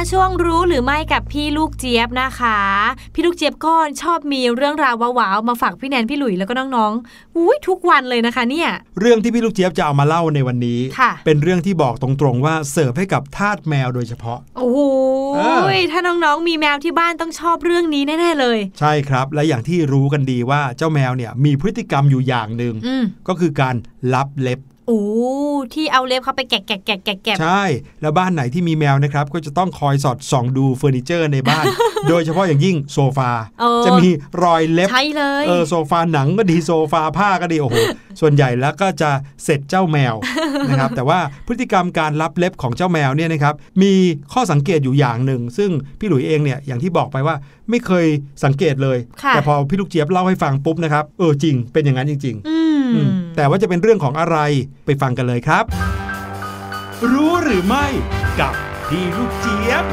ช่วงรู้หรือไม่กับพี่ลูกเจี๊ยบนะคะพี่ลูกเจี๊ยบก็ชอบมีเรื่องราวว้าวๆมาฝากพี่แนนพี่หลุยแล้วก็น้องๆทุกวันเลยนะคะเนี่ยเรื่องที่พี่ลูกเจี๊ยบจะเอามาเล่าในวันนี้เป็นเรื่องที่บอกตรงๆว่าเสิร์ฟให้กับทาสแมวโดยเฉพาะโอ้โหถ้าน้องๆมีแมวที่บ้านต้องชอบเรื่องนี้แน่ๆเลยใช่ครับและอย่างที่รู้กันดีว่าเจ้าแมวเนี่ยมีพฤติกรรมอยู่อย่างนึงก็คือการลับเล็บที่เอาเล็บเข้าไปแกะใช่แล้วบ้านไหนที่มีแมวนะครับก็จะต้องคอยสอดส่องดูเฟอร์นิเจอร์ในบ้าน โดยเฉพาะอย่างยิ่งโซฟาจะมีรอยเล็บใช่เลยโซฟาหนังก็ดีโซฟาผ้าก็ดีโอ้โห ส่วนใหญ่แล้วก็จะเสร็จเจ้าแมว นะครับแต่ว่าพฤติกรรมการลับเล็บของเจ้าแมวเนี่ยนะครับมีข้อสังเกตอยู่อย่างหนึ่งซึ่งพี่หลุยเองเนี่ยอย่างที่บอกไปว่าไม่เคยสังเกตเลยแต่พอพี่ลูกเจี๊ยบเล่าให้ฟังปุ๊บนะครับจริงเป็นอย่างนั้นจริงๆแต่ว่าจะเป็นเรื่องของอะไรไปฟังกันเลยครับรู้หรือไม่กับพี่ลูกเจี๊ยบ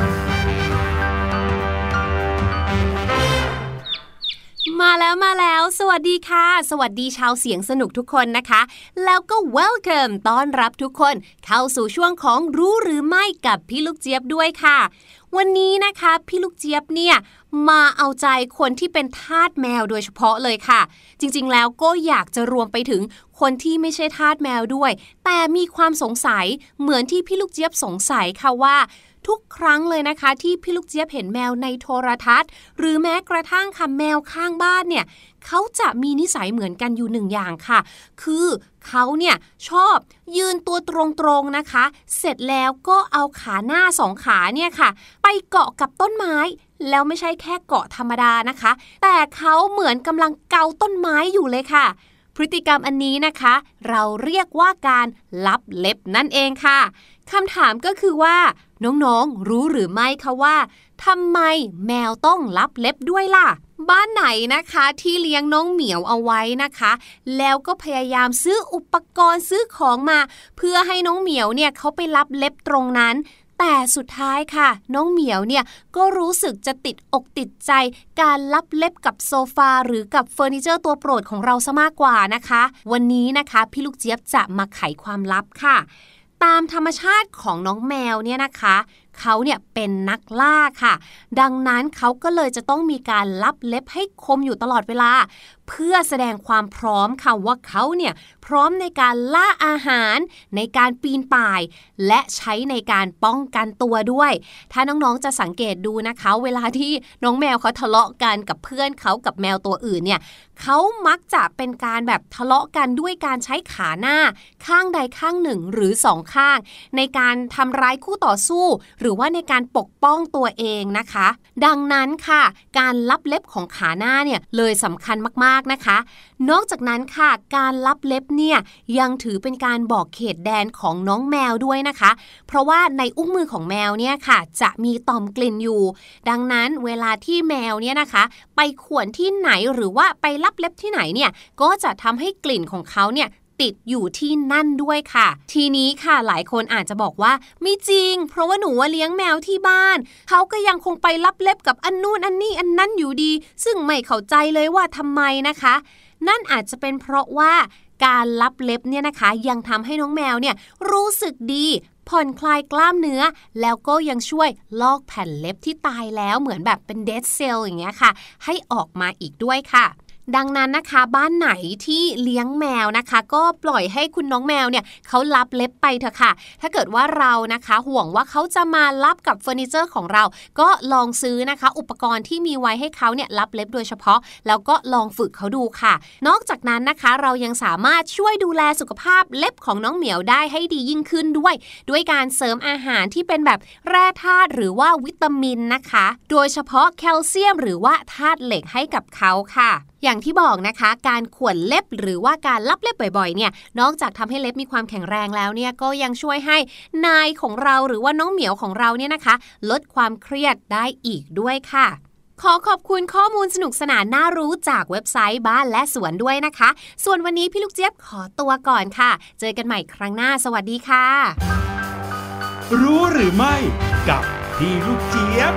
มาแล้วสวัสดีค่ะสวัสดีชาวเสียงสนุกทุกคนนะคะแล้วก็ welcome ต้อนรับทุกคนเข้าสู่ช่วงของรู้หรือไม่กับพี่ลูกเจี๊ยบด้วยค่ะวันนี้นะคะพี่ลูกเจี๊ยบเนี่ยมาเอาใจคนที่เป็นทาสแมวโดยเฉพาะเลยค่ะจริงๆแล้วก็อยากจะรวมไปถึงคนที่ไม่ใช่ทาสแมวด้วยแต่มีความสงสัยเหมือนที่พี่ลูกเจี๊ยบสงสัยค่ะว่าทุกครั้งเลยนะคะที่พี่ลูกเจี๊ยบเห็นแมวในโทรทัศน์หรือแม้กระทั่งค่ะแมวข้างบ้านเนี่ยเขาจะมีนิสัยเหมือนกันอยู่หนึ่งอย่างค่ะคือเขาเนี่ยชอบยืนตัวตรงๆนะคะเสร็จแล้วก็เอาขาหน้าสองขาเนี่ยค่ะไปเกาะกับต้นไม้แล้วไม่ใช่แค่เกาะธรรมดานะคะแต่เขาเหมือนกำลังเกาต้นไม้อยู่เลยค่ะพฤติกรรมอันนี้นะคะเราเรียกว่าการลับเล็บนั่นเองค่ะคำถามก็คือว่าน้องๆรู้หรือไม่คะว่าทำไมแมวต้องลับเล็บด้วยล่ะบ้านไหนนะคะที่เลี้ยงน้องเหมียวเอาไว้นะคะแล้วก็พยายามซื้ออุปกรณ์ซื้อของมาเพื่อให้น้องเหมียวเนี่ยเขาไปลับเล็บตรงนั้นแต่สุดท้ายค่ะน้องเหมียวเนี่ยก็รู้สึกจะติดอกติดใจการลับเล็บกับโซฟาหรือกับเฟอร์นิเจอร์ตัวโปรดของเราซะมากกว่านะคะวันนี้นะคะพี่ลูกเจี๊ยบจะมาไขความลับค่ะตามธรรมชาติของน้องแมวเนี่ยนะคะเขาเนี่ยเป็นนักล่าค่ะดังนั้นเขาก็เลยจะต้องมีการลับเล็บให้คมอยู่ตลอดเวลาเพื่อแสดงความพร้อมค่ะว่าเขาเนี่ยพร้อมในการล่าอาหารในการปีนป่ายและใช้ในการป้องกันตัวด้วยถ้าน้องๆจะสังเกตดูนะคะเวลาที่น้องแมวเขาทะเลาะกันกับเพื่อนเขากับแมวตัวอื่นเนี่ยเขามักจะเป็นการแบบทะเลาะกันด้วยการใช้ขาหน้าข้างใดข้างหนึ่งหรือสองข้างในการทำร้ายคู่ต่อสู้หรือว่าในการปกป้องตัวเองนะคะดังนั้นค่ะการลับเล็บของขาหน้าเนี่ยเลยสำคัญมากๆนะคะนอกจากนั้นค่ะการลับเล็บเนี่ยยังถือเป็นการบอกเขตแดนของน้องแมวด้วยนะคะเพราะว่าในอุ้งมือของแมวเนี่ยค่ะจะมีต่อมกลิ่นอยู่ดังนั้นเวลาที่แมวเนี่ยนะคะไปข่วนที่ไหนหรือว่าไปลับเล็บที่ไหนเนี่ยก็จะทำให้กลิ่นของเขาเนี่ยติดอยู่ที่นั่นด้วยค่ะทีนี้ค่ะหลายคนอาจจะบอกว่าไม่จริงเพราะว่าหนูเลี้ยงแมวที่บ้านเขาก็ยังคงไปลับเล็บกับอันนู่นอันนี้อันนั้นอยู่ดีซึ่งไม่เข้าใจเลยว่าทำไมนะคะนั่นอาจจะเป็นเพราะว่าการลับเล็บเนี่ยนะคะยังทำให้น้องแมวเนี่ยรู้สึกดีผ่อนคลายกล้ามเนื้อแล้วก็ยังช่วยลอกแผ่นเล็บที่ตายแล้วเหมือนแบบเป็นเดดเซลล์อย่างเงี้ยค่ะให้ออกมาอีกด้วยค่ะดังนั้นนะคะบ้านไหนที่เลี้ยงแมวนะคะก็ปล่อยให้คุณน้องแมวเนี่ยเขาลับเล็บไปเถอะค่ะถ้าเกิดว่าเรานะคะห่วงว่าเขาจะมาลับกับเฟอร์นิเจอร์ของเราก็ลองซื้อนะคะอุปกรณ์ที่มีไว้ให้เขาเนี่ยลับเล็บโดยเฉพาะแล้วก็ลองฝึกเขาดูค่ะนอกจากนั้นนะคะเรายังสามารถช่วยดูแลสุขภาพเล็บของน้องเหมียวได้ให้ดียิ่งขึ้นด้วยการเสริมอาหารที่เป็นแบบแร่ธาตุหรือว่าวิตามินนะคะโดยเฉพาะแคลเซียมหรือว่าธาตุเหล็กให้กับเขาค่ะอย่างที่บอกนะคะการข่วนเล็บหรือว่าการลับเล็บบ่อยๆเนี่ยนอกจากทำให้เล็บมีความแข็งแรงแล้วเนี่ยก็ยังช่วยให้นายของเราหรือว่าน้องเหมียวของเราเนี่ยนะคะลดความเครียดได้อีกด้วยค่ะขอขอบคุณข้อมูลสนุกสนานน่ารู้จากเว็บไซต์บ้านและสวนด้วยนะคะส่วนวันนี้พี่ลูกเจี๊ยบขอตัวก่อนค่ะเจอกันใหม่ครั้งหน้าสวัสดีค่ะรู้หรือไม่กับพี่ลูกเจี๊ยบ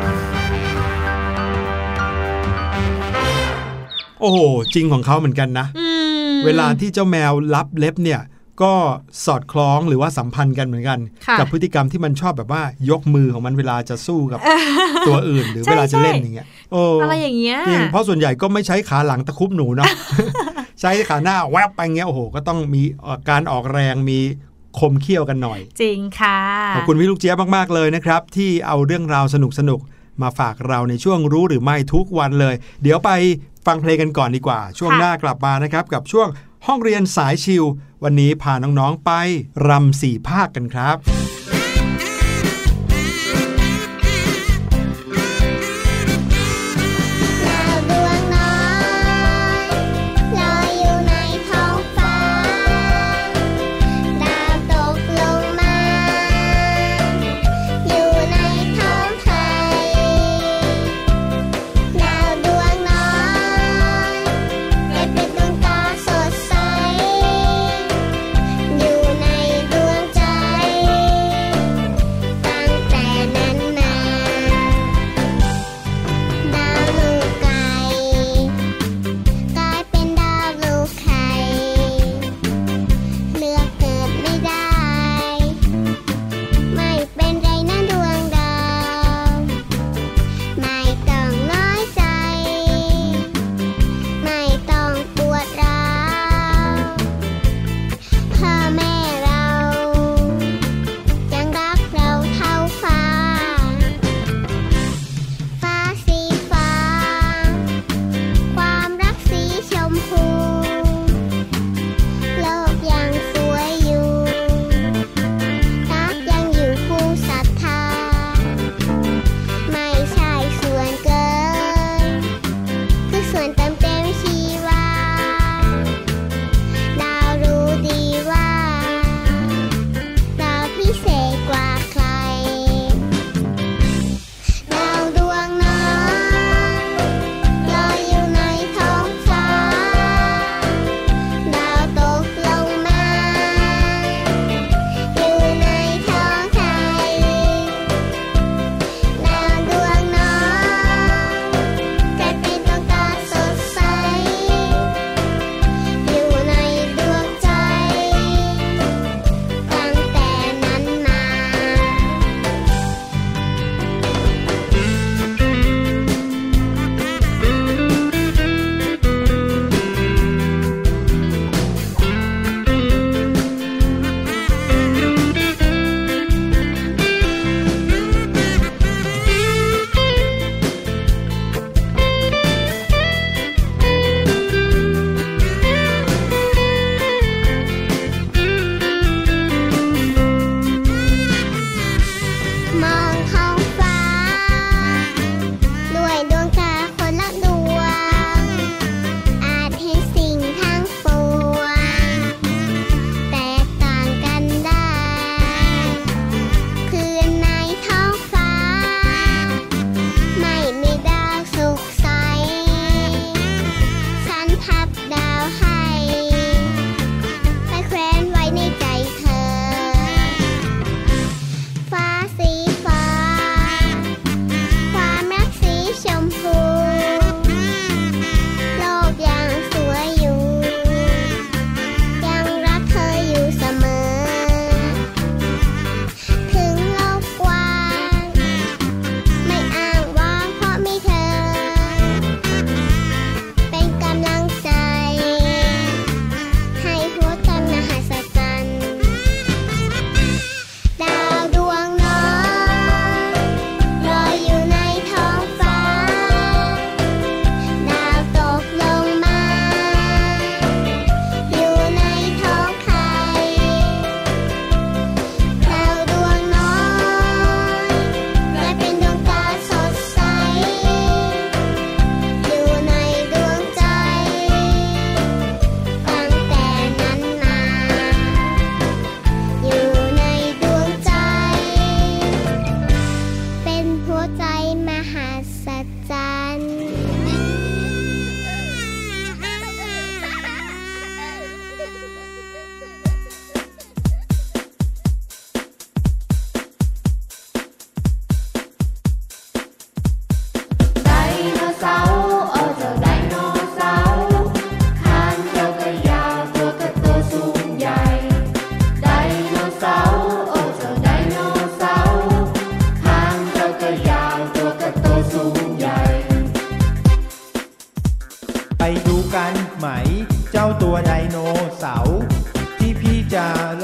โอ้โหจริงของเขาเหมือนกันนะเวลาที่เจ้าแมวลับเล็บเนี่ยก็สอดคล้องหรือว่าสัมพันธ์กันเหมือนกันกับพฤติกรรมที่มันชอบแบบว่ายกมือของมันเวลาจะสู้กับ ตัวอื่นหรือเวลาจะเล่นอย่างเงี้ยอะไรอย่างเงี้ยจริงเพราะส่วนใหญ่ก็ไม่ใช้ขาหลังตะคุบหนูเนาะ ใช้ขาหน้าแวบไปเงี้ยโอ้โหก็ต้องมีการออกแรงมีคมเขี้ยวกันหน่อยจริงค่ะขอบคุณพี่ลูกเจี๊ยบมากๆเลยนะครับที่เอาเรื่องราวสนุกๆมาฝากเราในช่วงรู้หรือไม่ทุกวันเลยเดี๋ยวไปฟังเพลงกันก่อนดีกว่าช่วงหน้ากลับมานะครับกับช่วงห้องเรียนสายชิลวันนี้พาน้องๆไปรำ4 ภาคกันครับด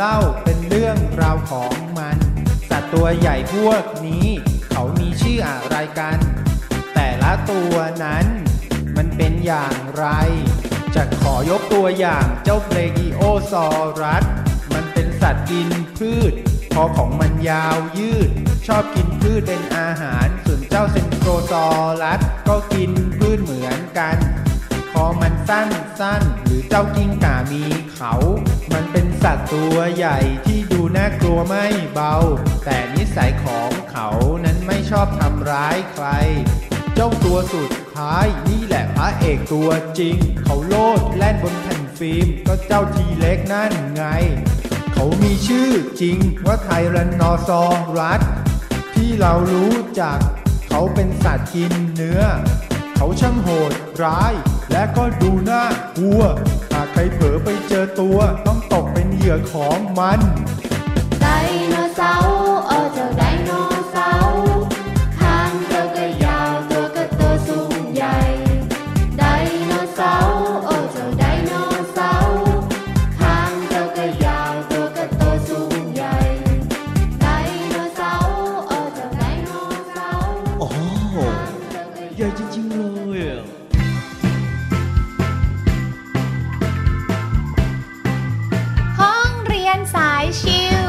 เล่าเป็นเรื่องราวของมันสัตว์ตัวใหญ่พวกนี้เขามีชื่ออะไรกันแต่ละตัวนั้นมันเป็นอย่างไรจะขอยกตัวอย่างเจ้าเพลกิโอซอรัสมันเป็นสัตว์กินพืชคอของมันยาวยืดชอบกินพืชเป็นอาหารส่วนเจ้าเซนโทรซอรัสก็กินพืชเหมือนกันคอมันสั้นหรือเจ้ากิ้งก่ามีเขามันเป็นสัตว์ตัวใหญ่ที่ดูน่ากลัวไม่เบาแต่นิสัยของเขานั้นไม่ชอบทำร้ายใครเจ้าตัวสุดท้ายนี่แหละพระเอกตัวจริงเขาโลดแล่นบนแผ่นฟิล์มก็เจ้าทีเล็กนั่นไงเขามีชื่อจริงว่าไทแรนนอซอรัสที่เรารู้จักเขาเป็นสัตว์กินเนื้อเขาช่างโหดร้ายและก็ดูน่ากลัวหากใครเผลอไปเจอตัวต้องตกเป็นเหยื่อของมันไดโนเสาร์โอ้เจ้าไดโนเสาร์คางเจ้าก็ยาวตัวก็โตสูงใหญ่ไดโนเสาร์โอ้เจ้าไดโนเสาร์คางเจ้าก็ยาวตัวก็โตสูงใหญ่ไดโนเสาร์โอ้เจ้าไดโนเสาร์โอ้ใหญ่จริงๆเลยห้องเรียนสายชิล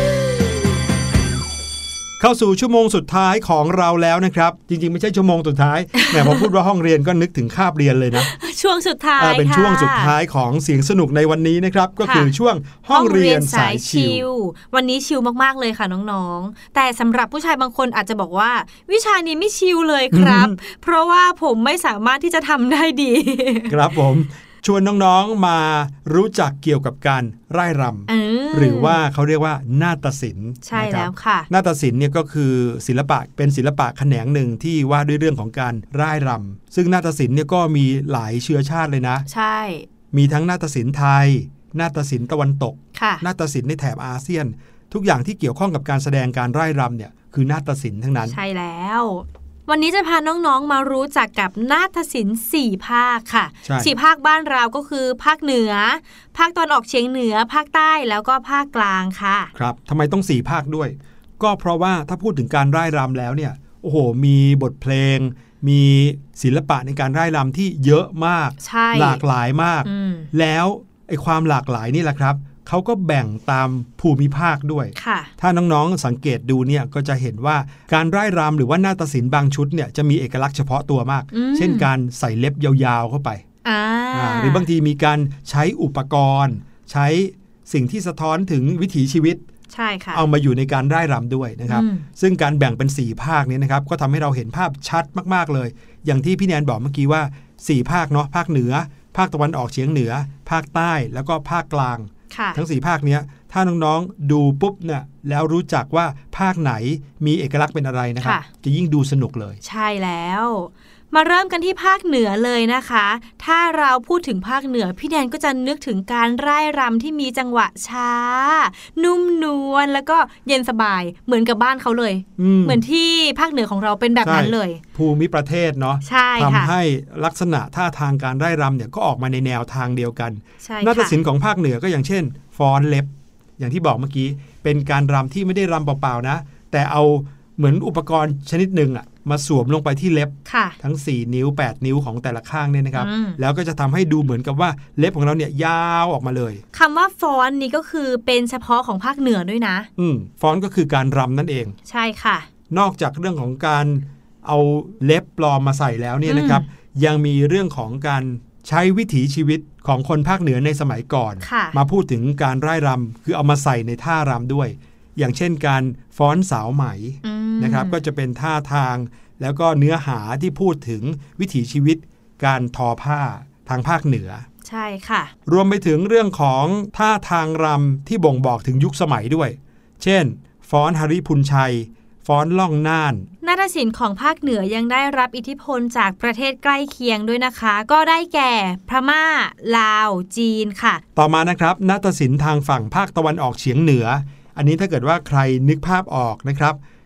เข้าสู่ชั่วโมงสุดท้ายของเราแล้วนะครับจริงๆไม่ใช่ชั่วโมงสุดท้ายแต่พอพูดว่าห้องเรียนก็นึกถึงคาบเรียนเลยนะช่วงสุดท้ายเป็นช่วงสุดท้ายของเสียงสนุกในวันนี้นะครับก็คือช่วงห้องเรียนสายชิลวันนี้ชิลมากๆเลยค่ะน้องๆแต่สำหรับผู้ชายบางคนอาจจะบอกว่าวิชานี้ไม่ชิลเลยครับ เพราะว่าผมไม่สามารถที่จะทำได้ดีครับผมชวนน้องๆมารู้จักเกี่ยวกับการร่ายรำหรือว่าเขาเรียกว่านาฏศิลป์ใช่แล้วค่ะนาฏศิลป์เนี่ยก็คือศิลปะเป็นศิลปะแขนงหนึ่งที่ว่าด้วยเรื่องของการร่ายรำซึ่งนาฏศิลป์เนี่ยก็มีหลายเชื้อชาติเลยนะใช่มีทั้งนาฏศิลป์ไทยนาฏศิลป์ตะวันตกนาฏศิลป์ในแถบอาเซียนทุกอย่างที่เกี่ยวข้องกับการแสดงการร่ายรำเนี่ยคือนาฏศิลป์ทั้งนั้นใช่แล้ววันนี้จะพาน้องๆมารู้จักกับนาฏศิลป์4ภาคค่ะ4ภาคบ้านเราก็คือภาคเหนือภาคตะวันออกเฉียงเหนือภาคใต้แล้วก็ภาคกลางค่ะครับทำไมต้อง4ภาคด้วยก็เพราะว่าถ้าพูดถึงการร่ายรำแล้วเนี่ยโอ้โหมีบทเพลงมีศิลปะในการร่ายรำที่เยอะมากหลากหลายมากแล้วไอ้ความหลากหลายนี่แหละครับเขาก็แบ่งตามภูมิภาคด้วยถ้าน้องๆสังเกตดูเนี่ยก็จะเห็นว่าการร่ายรำหรือว่านาฏศิลป์บางชุดเนี่ยจะมีเอกลักษณ์เฉพาะตัวมากเช่นการใส่เล็บยาวๆเข้าไปหรือบางทีมีการใช้อุปกรณ์ใช้สิ่งที่สะท้อนถึงวิถีชีวิตใช่ค่ะเอามาอยู่ในการร่ายรำด้วยนะครับซึ่งการแบ่งเป็น4ภาคนี้นะครับก็ทำให้เราเห็นภาพชัดมากๆเลยอย่างที่พี่แนนบอกเมื่อกี้ว่า4ภาคเนาะภาคเหนือภาคตะวันออกเฉียงเหนือภาคใต้แล้วก็ภาคกลางทั้ง4ภาคนี้ถ้าน้องๆดูปุ๊บเนี่ยแล้วรู้จักว่าภาคไหนมีเอกลักษณ์เป็นอะไรนะครับจะยิ่งดูสนุกเลยใช่แล้วมาเริ่มกันที่ภาคเหนือเลยนะคะถ้าเราพูดถึงภาคเหนือพี่แดนก็จะนึกถึงการร่ายรำที่มีจังหวะช้านุ่มนวลแล้วก็เย็นสบายเหมือนกับบ้านเขาเลยเหมือนที่ภาคเหนือของเราเป็นแบบนั้นเลยภูมิประเทศเนาะทำให้ลักษณะท่าทางการร่ายรำเนี่ยก็ออกมาในแนวทางเดียวกันนาฏศิลป์ของภาคเหนือก็อย่างเช่นฟ้อนเล็บอย่างที่บอกเมื่อกี้เป็นการรำที่ไม่ได้รำเปล่าๆนะแต่เอาเหมือนอุปกรณ์ชนิดหนึ่งอะมาสวมลงไปที่เล็บทั้ง4นิ้ว8นิ้วของแต่ละข้างเนี่ยนะครับแล้วก็จะทำให้ดูเหมือนกับว่าเล็บของเราเนี่ยยาวออกมาเลยคำว่าฟ้อนนี่ก็คือเป็นเฉพาะของภาคเหนือด้วยนะฟ้อนก็คือการรำนั่นเองใช่ค่ะนอกจากเรื่องของการเอาเล็บปลอมมาใส่แล้วเนี่ยนะครับยังมีเรื่องของการใช้วิถีชีวิตของคนภาคเหนือในสมัยก่อนมาพูดถึงการร่ายรำคือเอามาใส่ในท่ารำด้วยอย่างเช่นการฟ้อนสาวไหมนะครับก็จะเป็นท่าทางแล้วก็เนื้อหาที่พูดถึงวิถีชีวิตการทอผ้าทางภาคเหนือใช่ค่ะรวมไปถึงเรื่องของท่าทางรำที่บ่งบอกถึงยุคสมัยด้วยเช่นฟ้อนหฤพุนชัยฟ้อนล่องน่านนาฏศิลป์ของภาคเหนือยังได้รับอิทธิพลจากประเทศใกล้เคียงด้วยนะคะก็ได้แก่พม่าลาวจีนค่ะต่อมานะครับนาฏศิลป์ทางฝั่งภาคตะวันออกเฉียงเหนืออันนี้ถ้าเกิดว่าใครนึกภาพออกนะครับ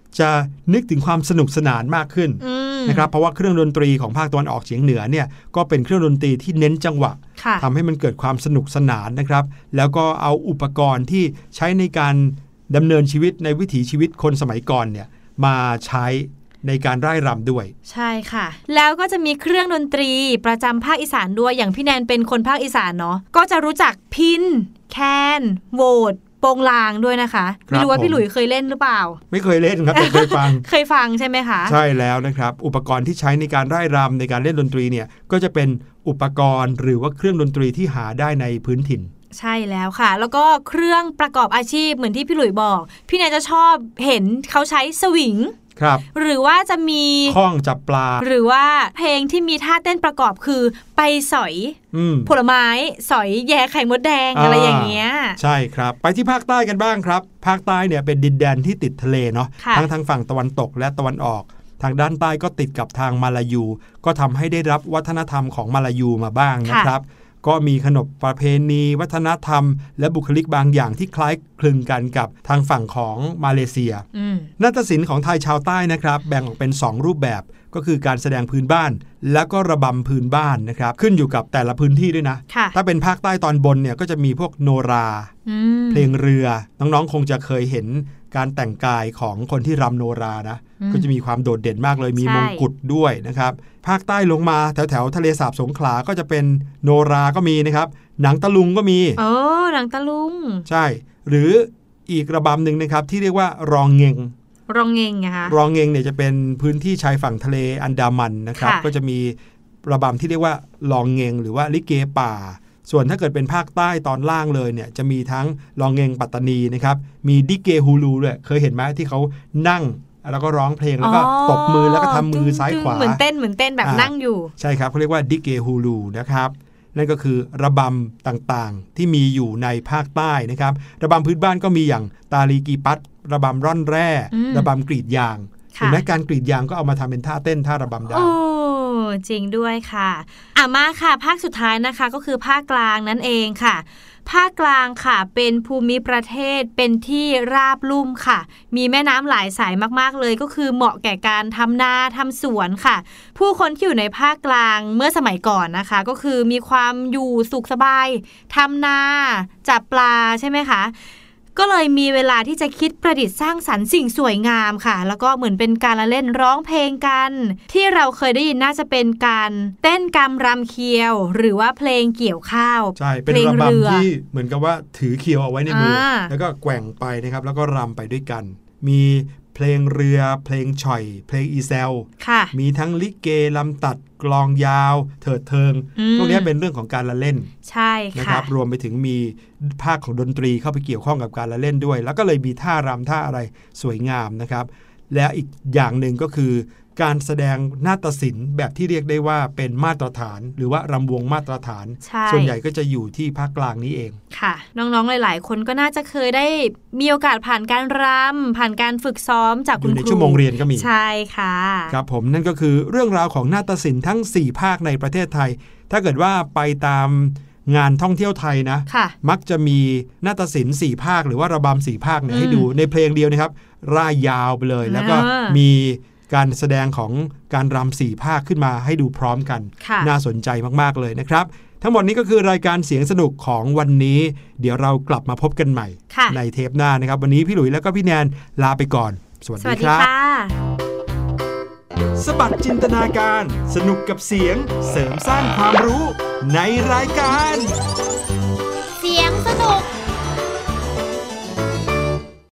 จะนึกถึงความสนุกสนานมากขึ้นนะครับเพราะว่าเครื่องดนตรีของภาคตะวันออกเฉียงเหนือเนี่ยก็เป็นเครื่องดนตรีที่เน้นจังหวะทำให้มันเกิดความสนุกสนานนะครับแล้วก็เอาอุปกรณ์ที่ใช้ในการดำเนินชีวิตในวิถีชีวิตคนสมัยก่อนเนี่ยมาใช้ในการร่ายรำด้วยใช่ค่ะแล้วก็จะมีเครื่องดนตรีประจำภาคอีสานด้วยอย่างพี่แนนเป็นคนภาคอีสานเนาะก็จะรู้จักพิณแคนโหวดโปงลางด้วยนะคะไม่รู้ว่าพี่หลุยเคยเล่นหรือเปล่าไม่เคยเล่นครับแต่เคยฟังเคยฟังใช่ไหมคะใช่แล้วนะครับอุปกรณ์ที่ใช้ในการร่ายรำในการเล่นดนตรีเนี่ยก็จะเป็นอุปกรณ์หรือว่าเครื่องดนตรีที่หาได้ในพื้นถิ่นใช่แล้วค่ะแล้วก็เครื่องประกอบอาชีพเหมือนที่พี่หลุยบอกพี่แนนจะชอบเห็นเขาใช้สวิงหรือว่าจะมีข้องจับปลาหรือว่าเพลงที่มีท่าเต้นประกอบคือไปสอยผลไม้สอยแย่ไข่มดแดง อะไรอย่างเงี้ยใช่ครับไปที่ภาคใต้กันบ้างครับภาคใต้เนี่ยเป็นดินแดนที่ติดทะเลเนาะทั้งทางฝั่งตะวันตกและตะวันออกทางด้านใต้ก็ติดกับทางมาลายูก็ทำให้ได้รับวัฒนธรรมของมาลายูมาบ้างนะครับก็มีขนบประเพณีวัฒนธรรมและบุคลิกบางอย่างที่คล้ายคลึงกันกับทางฝั่งของมาเลเซียนาฏศิลป์ของไทยชาวใต้นะครับแบ่งออกเป็น2รูปแบบก็คือการแสดงพื้นบ้านแล้วก็ระบำพื้นบ้านนะครับขึ้นอยู่กับแต่ละพื้นที่ด้วยนะถ้าเป็นภาคใต้ตอนบนเนี่ยก็จะมีพวกโนราเพลงเรือน้องๆคงจะเคยเห็นการแต่งกายของคนที่รำโนรานะก็จะมีความโดดเด่นมากเลยมีมงกุฎด้วยนะครับภาคใต้ลงมาแถวๆทะเลสาบสงขลาก็จะเป็นโนราก็มีนะครับหนังตะลุงก็มีหนังตะลุงใช่หรืออีกระบำหนึ่งนะครับที่เรียกว่ารองเงงนะคะรองเงงเนี่ยจะเป็นพื้นที่ชายฝั่งทะเลอันดามันนะครับก็จะมีระบำที่เรียกว่ารองเงงหรือว่าลิเกป่าส่วนถ้าเกิดเป็นภาคใต้ตอนล่างเลยเนี่ยจะมีทั้งรองเงงปัตตานีนะครับมีดิเกฮูลูด้วยเคยเห็นไหมที่เขานั่งแล้วก็ร้องเพลงแล้วก็ตบมือแล้วก็ทำมือซ้ายขวาเหมือนเต้นแบบนั่งอยู่ใช่ครับเขาเรียกว่าดิเกฮูลูนะครับนั่นก็คือระบำต่างๆที่มีอยู่ในภาคใต้นะครับระบำพื้นบ้านก็มีอย่างตาลีกีปัดระบำร่อนแร่ระบำกรีดยางเห็นไหมการกรีดยางก็เอามาทำเป็นท่าเต้นท่าระบำได้จริงด้วยค่ะมาค่ะภาคสุดท้ายนะคะก็คือภาคกลางนั่นเองค่ะภาคกลางค่ะเป็นภูมิประเทศเป็นที่ราบลุ่มค่ะมีแม่น้ำหลายสายมากๆเลยก็คือเหมาะแก่การทำนาทำสวนค่ะผู้คนที่อยู่ในภาคกลางเมื่อสมัยก่อนนะคะก็คือมีความอยู่สุขสบายทำนาจับปลาใช่ไหมคะก็เลยมีเวลาที่จะคิดประดิษฐ์สร้างสรรค์สิ่งสวยงามค่ะแล้วก็เหมือนเป็นการละเล่นร้องเพลงกันที่เราเคยได้ยินน่าจะเป็นการเต้นกำรำเคียวหรือว่าเพลงเกี่ยวข้าวใช่เป็นระบำที่เหมือนกับว่าถือเคียวเอาไว้ในมือแล้วก็แกว่งไปนะครับแล้วก็รำไปด้วยกันมีเพลงเรือเพลงฉ่อยเพลงอีแซลมีทั้งลิเกลำตัดกลองยาวเถิดเทิงพวกนี้เป็นเรื่องของการละเล่นใช่ค่ะนะครับรวมไปถึงมีภาคของดนตรีเข้าไปเกี่ยวข้องกับการละเล่นด้วยแล้วก็เลยมีท่ารำท่าอะไรสวยงามนะครับและอีกอย่างหนึ่งก็คือการแสดงนาฏศิลป์แบบที่เรียกได้ว่าเป็นมาตรฐานหรือว่ารำวงมาตรฐานส่วนใหญ่ก็จะอยู่ที่ภาคกลางนี้เองค่ะน้องๆหลายๆคนก็น่าจะเคยได้มีโอกาสผ่านการรำผ่านการฝึกซ้อมจากคุณครูในชั่วโมงเรียนก็มีใช่ค่ะครับผมนั่นก็คือเรื่องราวของนาฏศิลป์ทั้ง4ภาคในประเทศไทยถ้าเกิดว่าไปตามงานท่องเที่ยวไทยนะมักจะมีนาฏศิลป์4ภาคหรือว่าระบำ4ภาคเนี่ยให้ดูในเพลงเดียวนะครับร่ายยาวไปเลยแล้วก็มีการแสดงของการรำ4ภาคขึ้นมาให้ดูพร้อมกันน่าสนใจมากๆเลยนะครับทั้งหมดนี้ก็คือรายการเสียงสนุกของวันนี้เดี๋ยวเรากลับมาพบกันใหม่ในเทปหน้านะครับวันนี้พี่หลุยแล้วก็พี่แนนลาไปก่อนสวัสดีครับสบัดจินตนาการสนุกกับเสียงเสริมสร้างความรู้ในรายการเสียง